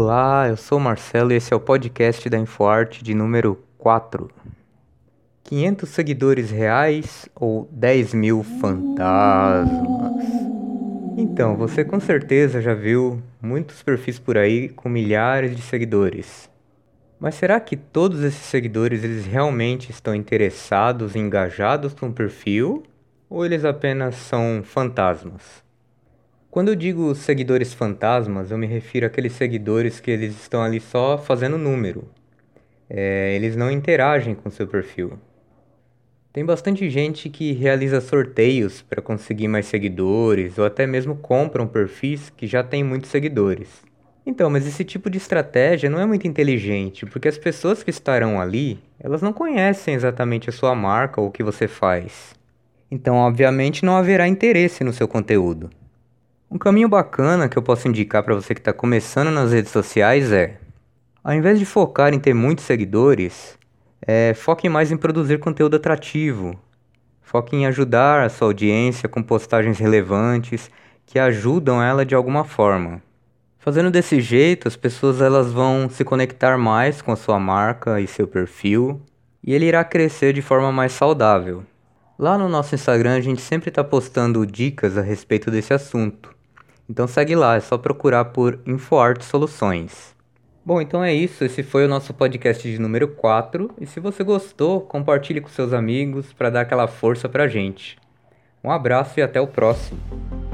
Olá, eu sou o Marcelo e esse é o podcast da InfoArt de número 4. 500 seguidores reais ou 10 mil fantasmas? Então, você com certeza já viu muitos perfis por aí com milhares de seguidores. Mas será que todos esses seguidores eles realmente estão interessados e engajados com o perfil? Ou eles apenas são fantasmas? Quando eu digo seguidores fantasmas, eu me refiro àqueles seguidores que eles estão ali só fazendo número. Eles não interagem com seu perfil. Tem bastante gente que realiza sorteios para conseguir mais seguidores ou até mesmo compram perfis que já têm muitos seguidores. Então, mas esse tipo de estratégia não é muito inteligente, porque as pessoas que estarão ali, elas não conhecem exatamente a sua marca ou o que você faz. Então, obviamente, não haverá interesse no seu conteúdo. Um caminho bacana que eu posso indicar para você que está começando nas redes sociais é, ao invés de focar em ter muitos seguidores, foque mais em produzir conteúdo atrativo. Foque em ajudar a sua audiência com postagens relevantes que ajudam ela de alguma forma. Fazendo desse jeito, as pessoas elas vão se conectar mais com a sua marca e seu perfil, e ele irá crescer de forma mais saudável. Lá no nosso Instagram a gente sempre está postando dicas a respeito desse assunto. Então segue lá, é só procurar por InfoArt Soluções. Bom, então é isso, esse foi o nosso podcast de número 4, e se você gostou, compartilhe com seus amigos para dar aquela força pra gente. Um abraço e até o próximo.